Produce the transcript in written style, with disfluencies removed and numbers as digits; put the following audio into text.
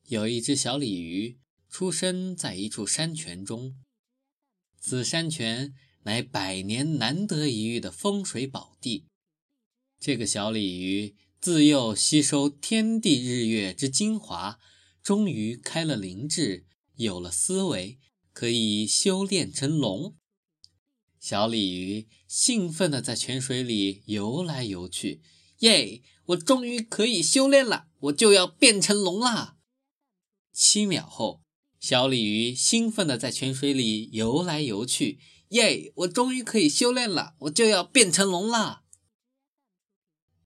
有一只小鲤鱼出生在一处山泉中，此山泉乃百年难得一遇的风水宝地。这个小鲤鱼自幼吸收天地日月之精华，终于开了灵智，有了思维，可以修炼成龙。小鲤鱼兴奋地在泉水里游来游去，耶！我终于可以修炼了，我就要变成龙啦！7秒后，小鲤鱼兴奋地在泉水里游来游去，耶！我终于可以修炼了，我就要变成龙啦！